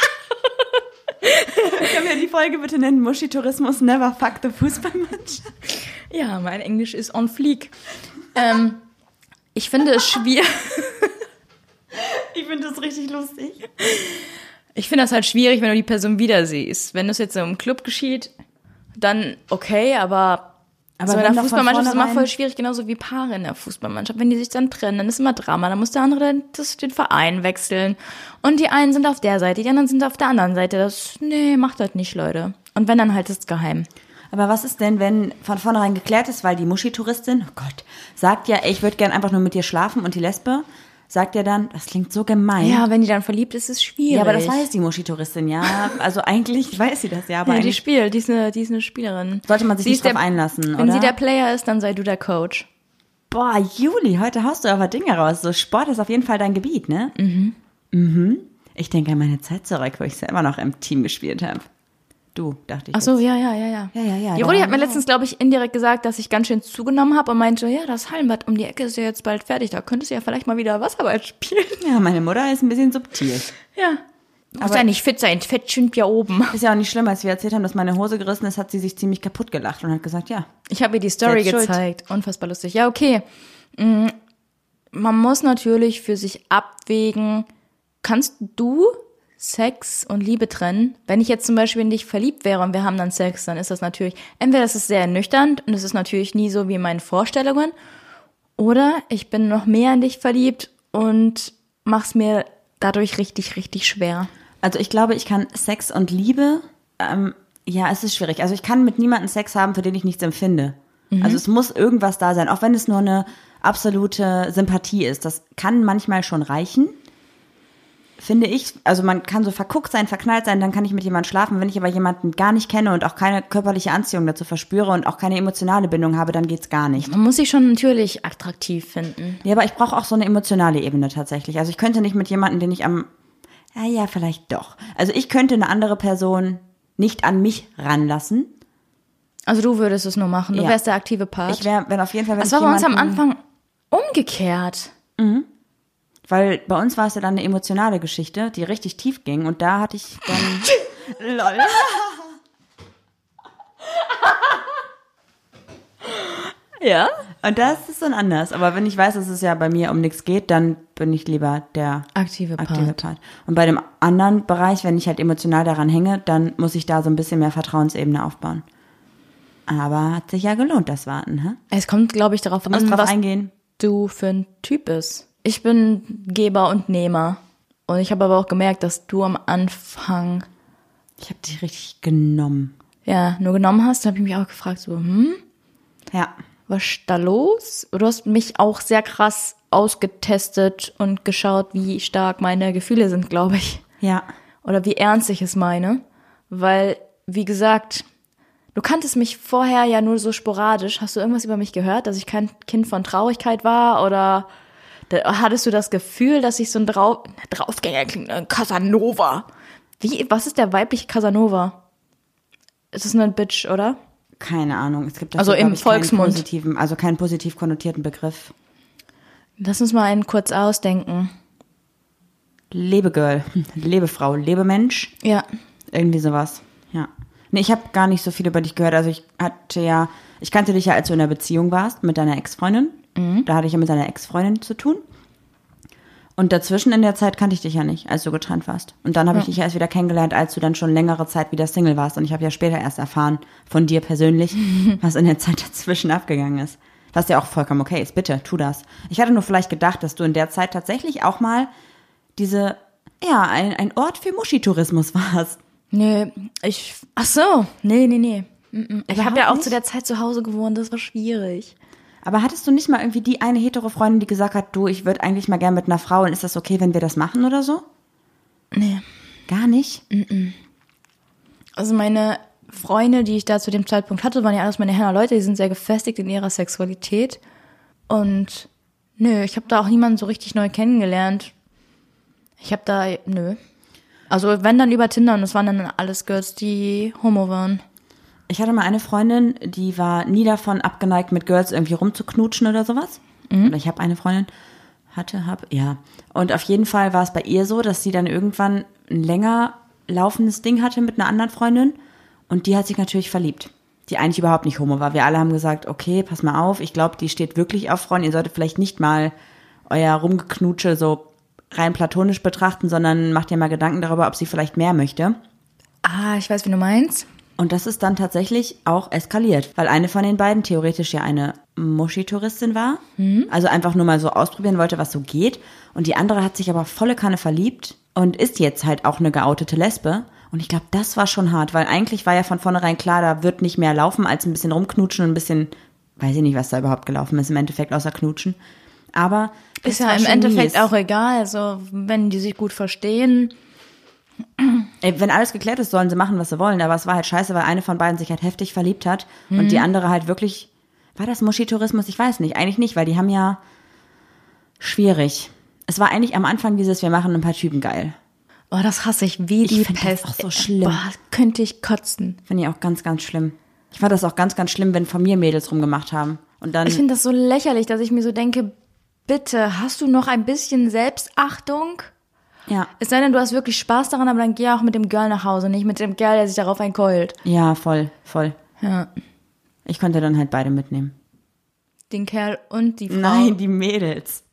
Können wir die Folge bitte nennen? Muschi-Tourismus, never fuck the Fußballmannschaft. Ja, mein Englisch ist on fleek. ähm, ich finde es schwierig. Ich finde das richtig lustig. Ich finde das halt schwierig, wenn du die Person wieder siehst. Wenn das jetzt so im Club geschieht, dann okay, aber, Aber so in wenn der doch von Fußballmannschaft ist immer vornherein- voll schwierig, genauso wie Paare in der Fußballmannschaft. Wenn die sich dann trennen, dann ist immer Drama, dann muss der andere dann das, den Verein wechseln. Und die einen sind auf der Seite, die anderen sind auf der anderen Seite. Das, nee, macht das nicht, Leute. Und wenn, dann halt ist es geheim. Aber was ist denn, wenn von vornherein geklärt ist, weil die Muschi-Touristin, oh Gott, sagt ja, ey, ich würde gern einfach nur mit dir schlafen und die Lesbe sagt ja dann, das klingt so gemein. Ja, wenn die dann verliebt ist, ist es schwierig. Ja, aber das weiß die Muschi-Touristin, ja. Also eigentlich weiß sie das ja, aber Ja, die eigentlich spielt, die ist eine, die ist eine Spielerin. sollte man sich Sie nicht ist der- drauf einlassen, Wenn oder? sie der Player ist, dann sei du der Coach. Boah, Juli, heute haust du aber Dinge raus. So Sport ist auf jeden Fall dein Gebiet, ne? Mhm. Mhm. Ich denke an meine Zeit zurück, wo ich selber noch im Team gespielt habe. Du, dachte ich. Ach so, jetzt. ja, ja, ja, ja. Ja, ja, ja. Die da Rudi war- hat mir letztens, glaube ich, indirekt gesagt, dass ich ganz schön zugenommen habe und meinte, ja, das Hallenbad um die Ecke ist ja jetzt bald fertig, da könntest du ja vielleicht mal wieder Wasserball spielen. Ja, meine Mutter ist ein bisschen subtil. Ja. Du musst Aber- ja nicht fit sein, Fett schwimmt ja oben. Ist ja auch nicht schlimm, als wir erzählt haben, dass meine Hose gerissen ist, hat sie sich ziemlich kaputt gelacht und hat gesagt, ja. Ich habe ihr die Story Selbst schuld. gezeigt. Unfassbar lustig. Ja, okay. Mm, Man muss natürlich für sich abwägen, kannst du Sex und Liebe trennen? Wenn ich jetzt zum Beispiel in dich verliebt wäre und wir haben dann Sex, dann ist das natürlich, entweder ist es sehr ernüchternd und es ist natürlich nie so wie in meinen Vorstellungen, oder ich bin noch mehr in dich verliebt und mach's mir dadurch richtig, richtig schwer. Also ich glaube, ich kann Sex und Liebe, ähm, ja, es ist schwierig. Also ich kann mit niemandem Sex haben, für den ich nichts empfinde. Also es muss irgendwas da sein, auch wenn es nur eine absolute Sympathie ist. Das kann manchmal schon reichen. finde ich, also man kann so verguckt sein, verknallt sein, dann kann ich mit jemandem schlafen. Wenn ich aber jemanden gar nicht kenne und auch keine körperliche Anziehung dazu verspüre und auch keine emotionale Bindung habe, dann geht's gar nicht. Man muss sich schon natürlich attraktiv finden. Ja, aber ich brauche auch so eine emotionale Ebene tatsächlich. Also ich könnte nicht mit jemandem, den ich am, ja, ja, vielleicht doch. Also ich könnte eine andere Person nicht an mich ranlassen. Also du würdest es nur machen, du Ja. wärst der aktive Part. Ich wäre, wenn auf jeden Fall, wenn das ich war bei uns am jemanden- Anfang umgekehrt. Weil bei uns war es ja dann eine emotionale Geschichte, die richtig tief ging und da hatte ich dann... Lol. Ja? Und das ist dann anders. Aber wenn ich weiß, dass es ja bei mir um nichts geht, dann bin ich lieber der Aktive Part. aktive Part. Und bei dem anderen Bereich, wenn ich halt emotional daran hänge, dann muss ich da so ein bisschen mehr Vertrauensebene aufbauen. Aber hat sich ja gelohnt, das Warten, hä? Es kommt, glaube ich, darauf Du musst an, drauf was eingehen. du für ein Typ bist. Ich bin Geber und Nehmer. Und ich habe aber auch gemerkt, dass du am Anfang Ich habe dich richtig genommen. ja nur genommen hast. Da habe ich mich auch gefragt, so, hm, Ja. was ist da los? Du hast mich auch sehr krass ausgetestet und geschaut, wie stark meine Gefühle sind, glaube ich. Ja. Oder wie ernst ich es meine. Weil, wie gesagt, du kanntest mich vorher ja nur so sporadisch. Hast du irgendwas über mich gehört, dass ich kein Kind von Traurigkeit war? Oder da, hattest du das Gefühl, dass ich so ein Drau- Draufgänger klingt, ein Casanova? Wie, was ist der weibliche Casanova? Es ist eine Bitch, oder? Keine Ahnung. Es gibt dafür, Also im glaub ich, keinen Volksmund. positiven, also keinen positiv konnotierten Begriff. Lass uns mal einen kurz ausdenken. Lebegirl, Lebefrau, Lebemensch, Ja. irgendwie sowas. Ja. Nee, ich habe gar nicht so viel über dich gehört. Also ich hatte ja, ich kannte dich ja, als du in einer Beziehung warst mit deiner Ex-Freundin. Da hatte ich ja mit deiner Ex-Freundin zu tun. Und dazwischen in der Zeit kannte ich dich ja nicht, als du getrennt warst. Und dann habe ich dich ja erst wieder kennengelernt, als du dann schon längere Zeit wieder Single warst. Und ich habe ja später erst erfahren von dir persönlich, was in der Zeit dazwischen abgegangen ist. Was ja auch vollkommen okay ist. Bitte, tu das. Ich hatte nur vielleicht gedacht, dass du in der Zeit tatsächlich auch mal diese, ja, ein, ein Ort für Muschitourismus warst. Nee, ich, ach so, nee, nee, nee. Mm-mm. Ich habe ja auch nicht? zu der Zeit zu Hause gewohnt, das war schwierig. Aber hattest du nicht mal irgendwie die eine hetero Freundin, die gesagt hat, du, ich würde eigentlich mal gern mit einer Frau und ist das okay, wenn wir das machen oder so? Nee. Gar nicht? Also meine Freunde, die ich da zu dem Zeitpunkt hatte, waren ja alles meine Herren Leute, die sind sehr gefestigt in ihrer Sexualität. Und nö, ich habe da auch niemanden so richtig neu kennengelernt. Ich habe da, nö. Also wenn dann über Tinder und das waren dann alles Girls, die homo waren. Ich hatte mal eine Freundin, die war nie davon abgeneigt, mit Girls irgendwie rumzuknutschen oder sowas. Oder ich habe eine Freundin, hatte, hab, ja. Und auf jeden Fall war es bei ihr so, dass sie dann irgendwann ein länger laufendes Ding hatte mit einer anderen Freundin. Und die hat sich natürlich verliebt, die eigentlich überhaupt nicht homo war. Wir alle haben gesagt, okay, pass mal auf, ich glaube, die steht wirklich auf Frauen. Ihr solltet vielleicht nicht mal euer Rumgeknutsche so rein platonisch betrachten, sondern macht ihr mal Gedanken darüber, ob sie vielleicht mehr möchte. Ah, ich weiß, wie du meinst. Und das ist dann tatsächlich auch eskaliert, weil eine von den beiden theoretisch ja eine Muschi-Touristin war, also einfach nur mal so ausprobieren wollte, was so geht. Und die andere hat sich aber volle Kanne verliebt und ist jetzt halt auch eine geoutete Lesbe. Und ich glaube, das war schon hart, weil eigentlich war ja von vornherein klar, da wird nicht mehr laufen, als ein bisschen rumknutschen und ein bisschen, weiß ich nicht, was da überhaupt gelaufen ist im Endeffekt, außer knutschen. Aber Ist das ja war im schon Endeffekt mies. auch egal. Also wenn die sich gut verstehen. Ey, wenn alles geklärt ist, sollen sie machen, was sie wollen. Aber es war halt scheiße, weil eine von beiden sich halt heftig verliebt hat und die andere halt wirklich, war das Muschitourismus? Ich weiß nicht, eigentlich nicht, weil die haben ja schwierig. Es war eigentlich am Anfang dieses, wir machen ein paar Typen geil. Oh, das hasse ich wie die find das Pest. auch so schlimm. Boah, könnte ich kotzen. Finde ich auch ganz, ganz schlimm. Ich fand das auch ganz, ganz schlimm, wenn von mir Mädels rumgemacht haben. Und dann, Ich finde das so lächerlich, dass ich mir so denke, bitte, hast du noch ein bisschen Selbstachtung? ja, Es sei denn, du hast wirklich Spaß daran, aber dann geh auch mit dem Girl nach Hause, nicht mit dem Girl, der sich darauf einkeult. ja, voll, voll. Ja. Ich konnte dann halt beide mitnehmen. Den Kerl und die Frau. Nein, die Mädels.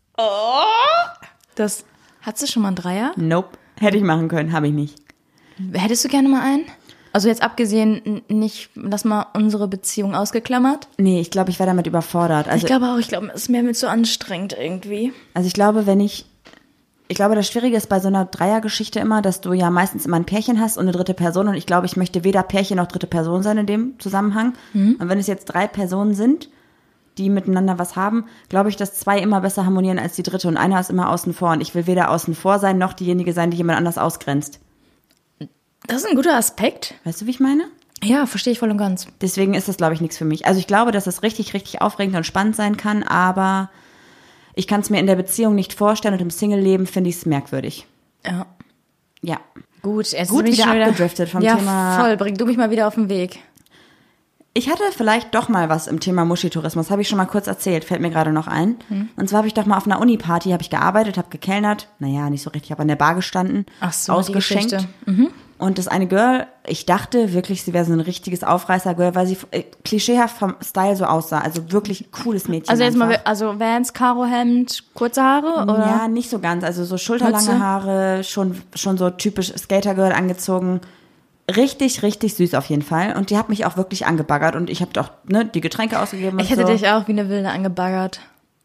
Das, hattest du schon mal einen Dreier? Nope. Hätte ich machen können, habe ich nicht. Hättest du gerne mal einen? Also jetzt abgesehen, n- nicht, lass mal unsere Beziehung ausgeklammert. Nee, ich glaube, ich wäre damit überfordert. Also ich glaube auch, ich glaube, es ist mir mit so anstrengend irgendwie. Also ich glaube, wenn ich, ich glaube, das Schwierige ist bei so einer Dreiergeschichte immer, dass du ja meistens immer ein Pärchen hast und eine dritte Person und ich glaube, ich möchte weder Pärchen noch dritte Person sein in dem Zusammenhang. Und wenn es jetzt drei Personen sind, die miteinander was haben, glaube ich, dass zwei immer besser harmonieren als die dritte und einer ist immer außen vor und ich will weder außen vor sein, noch diejenige sein, die jemand anders ausgrenzt. Das ist ein guter Aspekt. Weißt du, wie ich meine? Ja, verstehe ich voll und ganz. Deswegen ist das, glaube ich, nichts für mich. Also ich glaube, dass das richtig, richtig aufregend und spannend sein kann, aber ich kann es mir in der Beziehung nicht vorstellen und im Single-Leben finde ich es merkwürdig. Ja. Ja. Gut, jetzt Gut bin ich wieder schon abgedriftet vom ja, Thema. voll, bring du mich mal wieder auf den Weg. Ich hatte vielleicht doch mal was im Thema Muschitourismus, habe ich schon mal kurz erzählt, fällt mir gerade noch ein. Hm. Und zwar habe ich doch mal auf einer Uni-Party, habe ich gearbeitet, habe gekellnert, naja, nicht so richtig, habe an der Bar gestanden, Ach so, ausgeschenkt. die Geschichte. Mhm. Und das eine Girl, ich dachte wirklich, sie wäre so ein richtiges Aufreißer-Girl, weil sie äh, klischeehaft vom Style so aussah. Also wirklich cooles Mädchen. Also jetzt einfach. mal, also Vans, Karohemd, kurze Haare, oder? Ja, nicht so ganz. Also so schulterlange Mütze? Haare, schon, schon so typisch Skater-Girl angezogen. Richtig, richtig süß auf jeden Fall. Und die hat mich auch wirklich angebaggert. Und ich habe doch ne, die Getränke ausgegeben und Ich hätte so. dich auch wie eine Wilde angebaggert.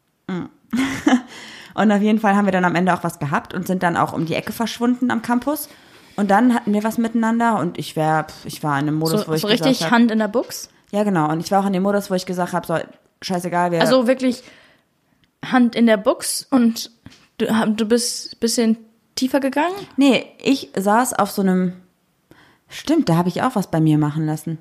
Und auf jeden Fall haben wir dann am Ende auch was gehabt und sind dann auch um die Ecke verschwunden am Campus. Und dann hatten wir was miteinander und ich wär, ich war in einem Modus, So, wo ich so gesagt richtig hab, Hand in der Buchs? ja genau. Und ich war auch in dem Modus, wo ich gesagt habe, so scheißegal, wir Also wirklich Hand in der Buchs und du, du bist ein bisschen tiefer gegangen? Nee, ich saß auf so einem, stimmt, da habe ich auch was bei mir machen lassen.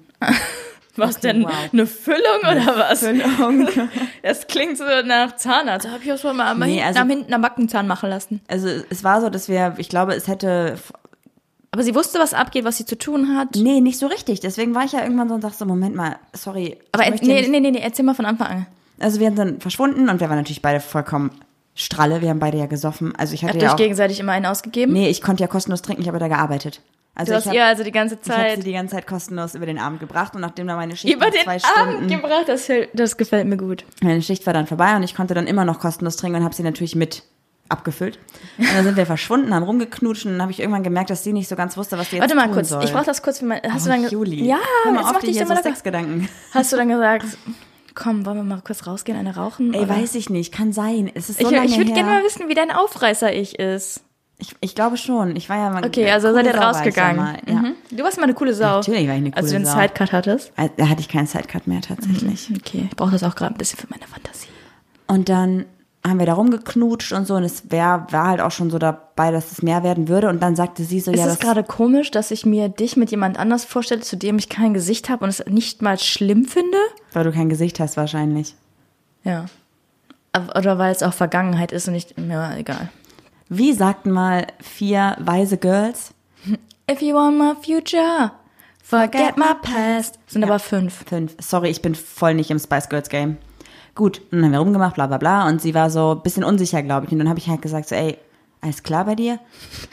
Was Okay, denn? wow. Eine Füllung oder was? Füllung. Das klingt so nach Zahnarzt. Habe ich auch schon mal am, Nee, hinten, also- am hinten am Backenzahn machen lassen. Also es war so, dass wir, ich glaube, es hätte, Aber sie wusste, was abgeht, was sie zu tun hat. nee, nicht so richtig. Deswegen war ich ja irgendwann so und dachte so, Moment mal, sorry. Aber ich er, möchte nee, nicht- nee, nee, nee, erzähl mal von Anfang an. Also wir sind dann verschwunden und wir waren natürlich beide vollkommen stralle. Wir haben beide ja gesoffen. Also ich hatte Habt ja ihr auch, euch gegenseitig immer einen ausgegeben? nee, ich konnte ja kostenlos trinken, ich habe da gearbeitet. Also Du ich hast hab, ihr also die ganze ich habe sie Zeit die ganze Zeit kostenlos über den Abend gebracht und nachdem da meine Schicht über nach den zwei Abend Stunden, gebracht. Das, das gefällt mir gut. meine Schicht war dann vorbei und ich konnte dann immer noch kostenlos trinken und habe sie natürlich mit abgefüllt. Und dann sind wir verschwunden, haben rumgeknutscht und dann habe ich irgendwann gemerkt, dass sie nicht so ganz wusste, was sie jetzt Warte mal tun kurz, soll. ich brauche das kurz für mein. Hast Oh, du dann ge- Juli. Ja, Hör mal jetzt auf, mach dir dich hier immer so da- Sexgedanken. Hast du dann gesagt, komm, wollen wir mal kurz rausgehen, eine rauchen? Ey, oder? weiß ich nicht, kann sein. Es ist so Ich, lange ich würde her. gerne mal wissen, wie dein Aufreißer-Ich ist. Ich, ich glaube schon. Ich war ja mal. Okay, also coole seid ihr Sau war ich rausgegangen. Ja mal. Ja. Mhm. Du warst mal eine coole Sau. Natürlich war ich eine coole Als du den Sau. Sidecut hattest. Äh, Da hatte ich keinen Sidecut mehr tatsächlich. Okay, ich brauche das auch gerade ein bisschen für meine Fantasie. Und dann haben wir da rumgeknutscht und so und es wär, war halt auch schon so dabei, dass es mehr werden würde und dann sagte sie so, Ist ja, es das gerade komisch, dass ich mir dich mit jemand anders vorstelle, zu dem ich kein Gesicht habe und es nicht mal schlimm finde? weil du kein Gesicht hast wahrscheinlich. Ja. Aber- Oder weil es auch Vergangenheit ist und nicht, ja, egal. Wie sagten mal vier weise Girls? If you want my future, forget my past. Sind Ja. aber fünf. Fünf. Sorry, ich bin voll nicht im Spice Girls Game. Gut, und dann haben wir rumgemacht, bla bla bla und sie war so ein bisschen unsicher, glaube ich. Und dann habe ich halt gesagt so, ey, alles klar bei dir?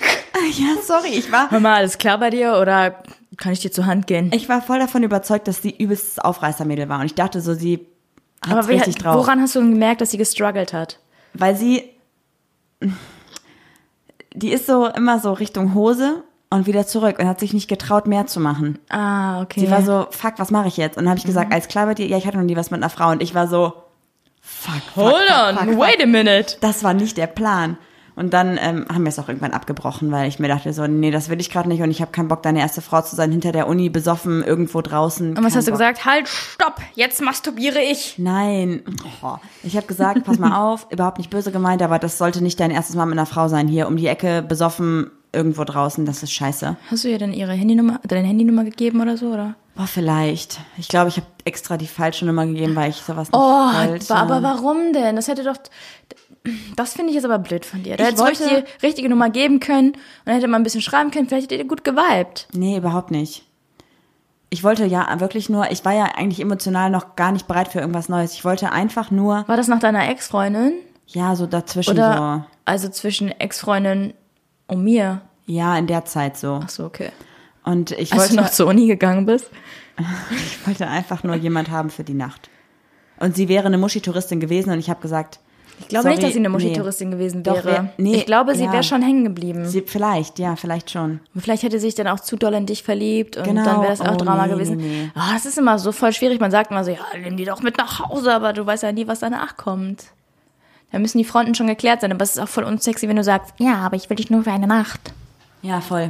Ja, sorry, ich war Hör mal, alles klar bei dir oder kann ich dir zur Hand gehen? ich war voll davon überzeugt, dass sie übelstes Aufreißermädel war und ich dachte so, sie hat's Aber wie, richtig drauf. woran hast du denn gemerkt, dass sie gestruggelt hat? Weil sie, die ist so immer so Richtung Hose und wieder zurück und hat sich nicht getraut, mehr zu machen. Ah, okay. Sie war so, fuck, was mache ich jetzt? Und dann habe ich gesagt, alles klar bei dir? Ja, ich hatte noch nie was mit einer Frau und ich war so, fuck, fuck, Hold fuck, on, fuck, fuck. wait a minute. Das war nicht der Plan. Und dann ähm, haben wir es auch irgendwann abgebrochen, weil ich mir dachte so, nee, das will ich gerade nicht und ich habe keinen Bock, deine erste Frau zu sein, hinter der Uni, besoffen, irgendwo draußen. Und was Kein hast du Bock. gesagt? Halt, stopp, jetzt masturbiere ich. Nein. Oh. Ich habe gesagt, pass mal auf, überhaupt nicht böse gemeint, aber das sollte nicht dein erstes Mal mit einer Frau sein. Hier um die Ecke, besoffen, irgendwo draußen, das ist scheiße. Hast du ihr denn ihre Handynummer, deine Handynummer gegeben oder so, oder? Boah, vielleicht. Ich glaube, ich habe extra die falche Nummer gegeben, weil ich sowas nicht Oh, wollte. wa- aber warum denn? Das hätte doch, das finde ich jetzt aber blöd von dir. Da Ich hättest du euch wollte- die richtige Nummer geben können und dann hätte man ein bisschen schreiben können, vielleicht hättet ihr gut geweibt. Nee, überhaupt nicht. Ich wollte ja wirklich nur, ich war ja eigentlich emotional noch gar nicht bereit für irgendwas Neues. Ich wollte einfach nur, War das nach deiner Ex-Freundin? ja, so dazwischen Oder, also zwischen Ex-Freundin und mir? so. Ja, in der Zeit so. Ach so, okay. Und ich Als wollte, du noch zur Uni gegangen bist? ich wollte einfach nur jemand haben für die Nacht. Und sie wäre eine Muschi-Touristin gewesen und ich habe gesagt, Ich glaube sorry, nicht, dass sie eine nee. Muschi-Touristin gewesen Doch, wäre. wär- nee, ich glaube, sie ja. wäre schon hängen geblieben. Sie, vielleicht, ja, vielleicht schon. Und vielleicht hätte sie sich dann auch zu doll in dich verliebt und Genau. dann wäre das auch Oh, Drama nee, gewesen. nee, nee. Ah, das ist immer so voll schwierig. Man sagt immer so, ja, nimm die doch mit nach Hause, aber du weißt ja nie, was danach kommt. Da müssen die Fronten schon geklärt sein, aber es ist auch voll unsexy, wenn du sagst, ja, aber ich will dich nur für eine Nacht. Ja, voll.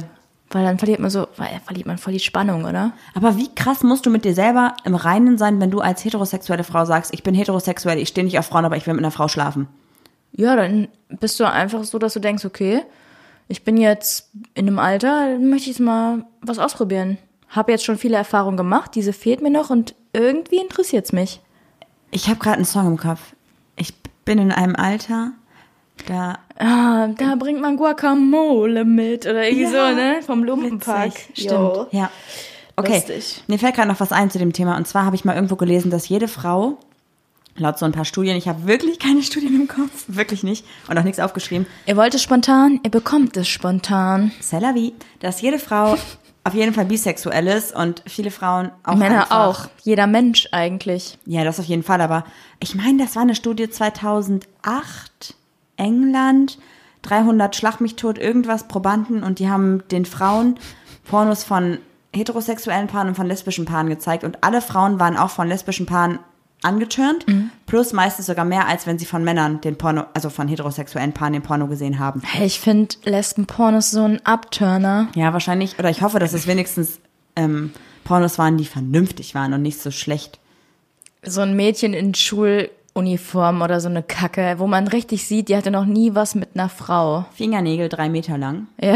Weil dann verliert man so, weil verliert man voll die Spannung, oder? Aber wie krass musst du mit dir selber im Reinen sein, wenn du als heterosexuelle Frau sagst, ich bin heterosexuell, ich stehe nicht auf Frauen, aber ich will mit einer Frau schlafen? Ja, dann bist du einfach so, dass du denkst, okay, ich bin jetzt in einem Alter, dann möchte ich jetzt mal was ausprobieren. Habe jetzt schon viele Erfahrungen gemacht, diese fehlt mir noch und irgendwie interessiert's mich. Ich habe gerade einen Song im Kopf. Ich bin in einem Alter, da... Ah, da bringt man Guacamole mit oder irgendwie Ja, so, ne? Vom Lumpenpark. Witzig, stimmt, ja. Okay, Lustig. mir fällt gerade noch was ein zu dem Thema. Und zwar habe ich mal irgendwo gelesen, dass jede Frau, laut so ein paar Studien, ich habe wirklich keine Studien im Kopf, wirklich nicht, und auch nichts aufgeschrieben. Ihr wollt es spontan, ihr bekommt es spontan. C'est la vie, dass jede Frau auf jeden Fall bisexuell ist und viele Frauen auch Männer einfach, auch. Jeder Mensch eigentlich. Ja, das auf jeden Fall, aber ich meine, das war eine Studie zweitausendacht, England, dreihundert Schlag mich tot, irgendwas Probanden und die haben den Frauen Pornos von heterosexuellen Paaren und von lesbischen Paaren gezeigt und alle Frauen waren auch von lesbischen Paaren angeturnt, mhm. plus meistens sogar mehr, als wenn sie von Männern den Porno, also von heterosexuellen Paaren den Porno gesehen haben. Hey, ich finde Lesben-Pornos so ein Abturner. Ja, wahrscheinlich, oder ich hoffe, dass es wenigstens ähm, Pornos waren, die vernünftig waren und nicht so schlecht. So ein Mädchen in Schuluniform oder so eine Kacke, wo man richtig sieht, die hatte noch nie was mit einer Frau. Fingernägel drei Meter lang. Ja.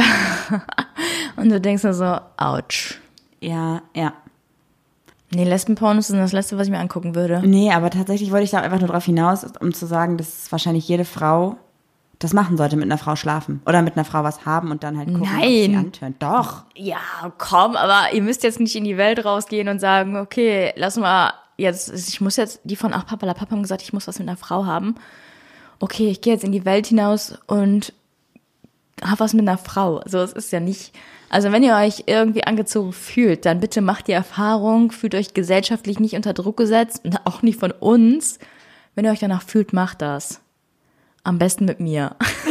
Und du denkst nur so, ouch. Ja, ja. Nee, Lesben-Pornos sind das Letzte, was ich mir angucken würde. Nee, aber tatsächlich wollte ich da einfach nur drauf hinaus, um zu sagen, dass wahrscheinlich jede Frau das machen sollte, mit einer Frau schlafen. Oder mit einer Frau was haben und dann halt gucken, Nein. ob sie antönt. Doch. Ja, komm, aber ihr müsst jetzt nicht in die Welt rausgehen und sagen, okay, lass mal, jetzt, ich muss jetzt, die von Ach Papa, la Papa haben gesagt, ich muss was mit einer Frau haben. Okay, ich gehe jetzt in die Welt hinaus und hab was mit einer Frau. So, es ist ja nicht, also wenn ihr euch irgendwie angezogen fühlt, dann bitte macht die Erfahrung, fühlt euch gesellschaftlich nicht unter Druck gesetzt und auch nicht von uns. Wenn ihr euch danach fühlt, macht das. Am besten mit mir.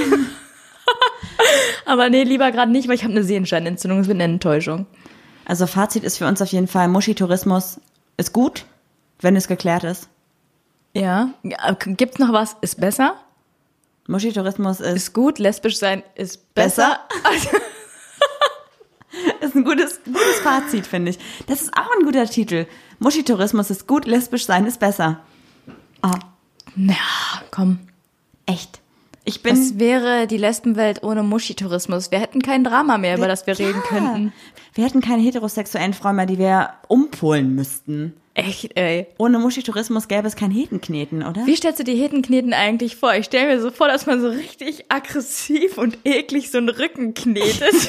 Aber nee, lieber gerade nicht, weil ich habe eine Sehenscheinentzündung, das wird eine Enttäuschung. Also Fazit ist für uns auf jeden Fall, Muschitourismus ist gut, wenn es geklärt ist. Ja, gibt's noch was? Ist besser? Muschitourismus ist, Ist gut, lesbisch sein ist besser. besser. Ist ein gutes, gutes Fazit, finde ich. Das ist auch ein guter Titel. Muschitourismus ist gut, lesbisch sein ist besser. Oh, Na, komm. echt. Ich bin... Was wäre die Lesbenwelt ohne Muschitourismus? Wir hätten kein Drama mehr, über das wir ja, reden könnten. Wir hätten keine heterosexuellen Frauen mehr, die wir umpolen müssten. Echt, ey. Ohne Muschitourismus gäbe es kein Hetenkneten, oder? Wie stellst du dir Hetenkneten eigentlich vor? Ich stelle mir so vor, dass man so richtig aggressiv und eklig so einen Rücken knetet.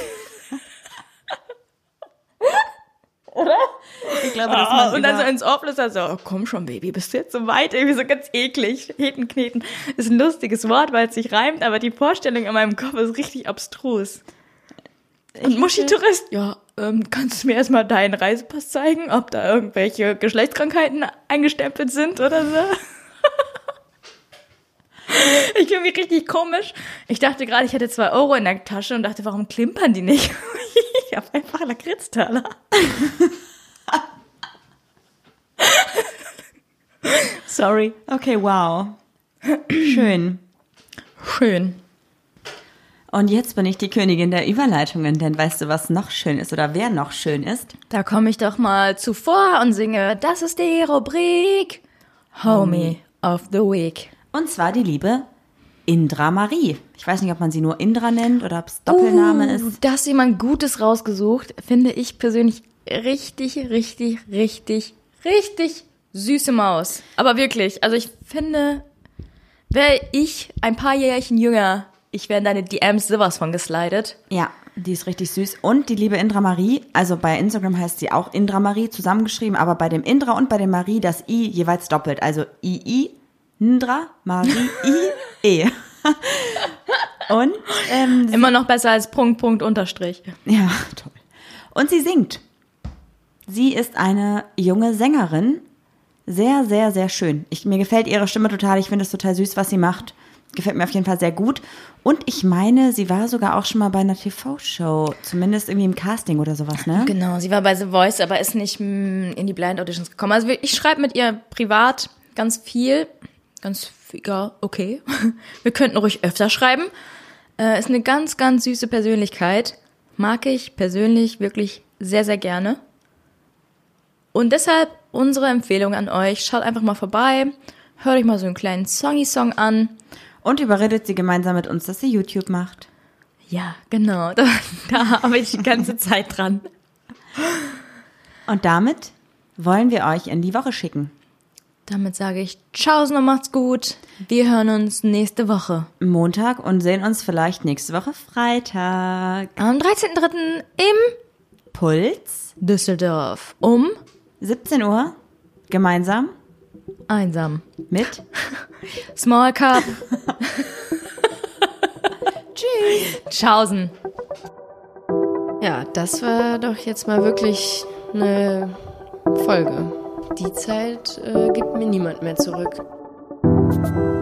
Ich glaube, dass Oh, man und dann über- so ins Ohr flüstert, so, oh, komm schon, Baby, bist du jetzt so weit? Irgendwie so ganz eklig. Hetenkneten ist ein lustiges Wort, weil es sich reimt, aber die Vorstellung in meinem Kopf ist richtig abstrus. Und Muschitourist, ja, ähm, kannst du mir erstmal deinen Reisepass zeigen, ob da irgendwelche Geschlechtskrankheiten eingestempelt sind oder so? Ich fühle mich richtig komisch. Ich dachte gerade, ich hätte zwei Euro in der Tasche und dachte, warum klimpern die nicht? Ich habe einfach Lakritztaler. Sorry. Okay, wow. Schön. Schön. Und jetzt bin ich die Königin der Überleitungen, denn weißt du, was noch schön ist oder wer noch schön ist? Da komme ich doch mal zuvor und singe, das ist die Rubrik Homie of the Week. Und zwar die liebe Indra Marie. Ich weiß nicht, ob man sie nur Indra nennt oder ob es Doppelname uh, ist. Da hast du jemand Gutes rausgesucht, finde ich persönlich richtig, richtig, richtig, richtig süße Maus. Aber wirklich, also ich finde, wäre ich ein paar Jährchen jünger, ich wäre in deine D Ms sowas von geslidet. Ja, die ist richtig süß. Und die liebe Indra Marie, also bei Instagram heißt sie auch Indra Marie zusammengeschrieben, aber bei dem Indra und bei dem Marie das I jeweils doppelt. Also I I, Indra, Marie, I, E. Und ähm, Immer noch besser als Punkt, Punkt, Unterstrich. ja, toll. Und sie singt. Sie ist eine junge Sängerin. Sehr, sehr, sehr schön. Ich, mir gefällt ihre Stimme total. Ich finde es total süß, was sie macht. Gefällt mir auf jeden Fall sehr gut. Und ich meine, sie war sogar auch schon mal bei einer T V-Show. Zumindest irgendwie im Casting oder sowas, ne? Genau, sie war bei The Voice, aber ist nicht mh, in die Blind Auditions gekommen. Also ich schreibe mit ihr privat ganz viel. Ganz, ja, okay. Wir könnten ruhig öfter schreiben. Äh, ist eine ganz, ganz süße Persönlichkeit. mag ich persönlich wirklich sehr, sehr gerne. Und deshalb unsere Empfehlung an euch. Schaut einfach mal vorbei, hört euch mal so einen kleinen Songy-Song an. Und überredet sie gemeinsam mit uns, dass sie YouTube macht. Ja, genau. Da, da habe ich die ganze Zeit dran. Und damit wollen wir euch in die Woche schicken. Damit sage ich Tschaußen und macht's gut. Wir hören uns nächste Woche. Montag und sehen uns vielleicht nächste Woche Freitag. Am dreizehnten dritten im Puls. Düsseldorf um siebzehn Uhr. Gemeinsam. einsam. Mit Small Cup. Tschüss. Tschaußen. Ja, das war doch jetzt mal wirklich eine Folge. Die Zeit äh, gibt mir niemand mehr zurück.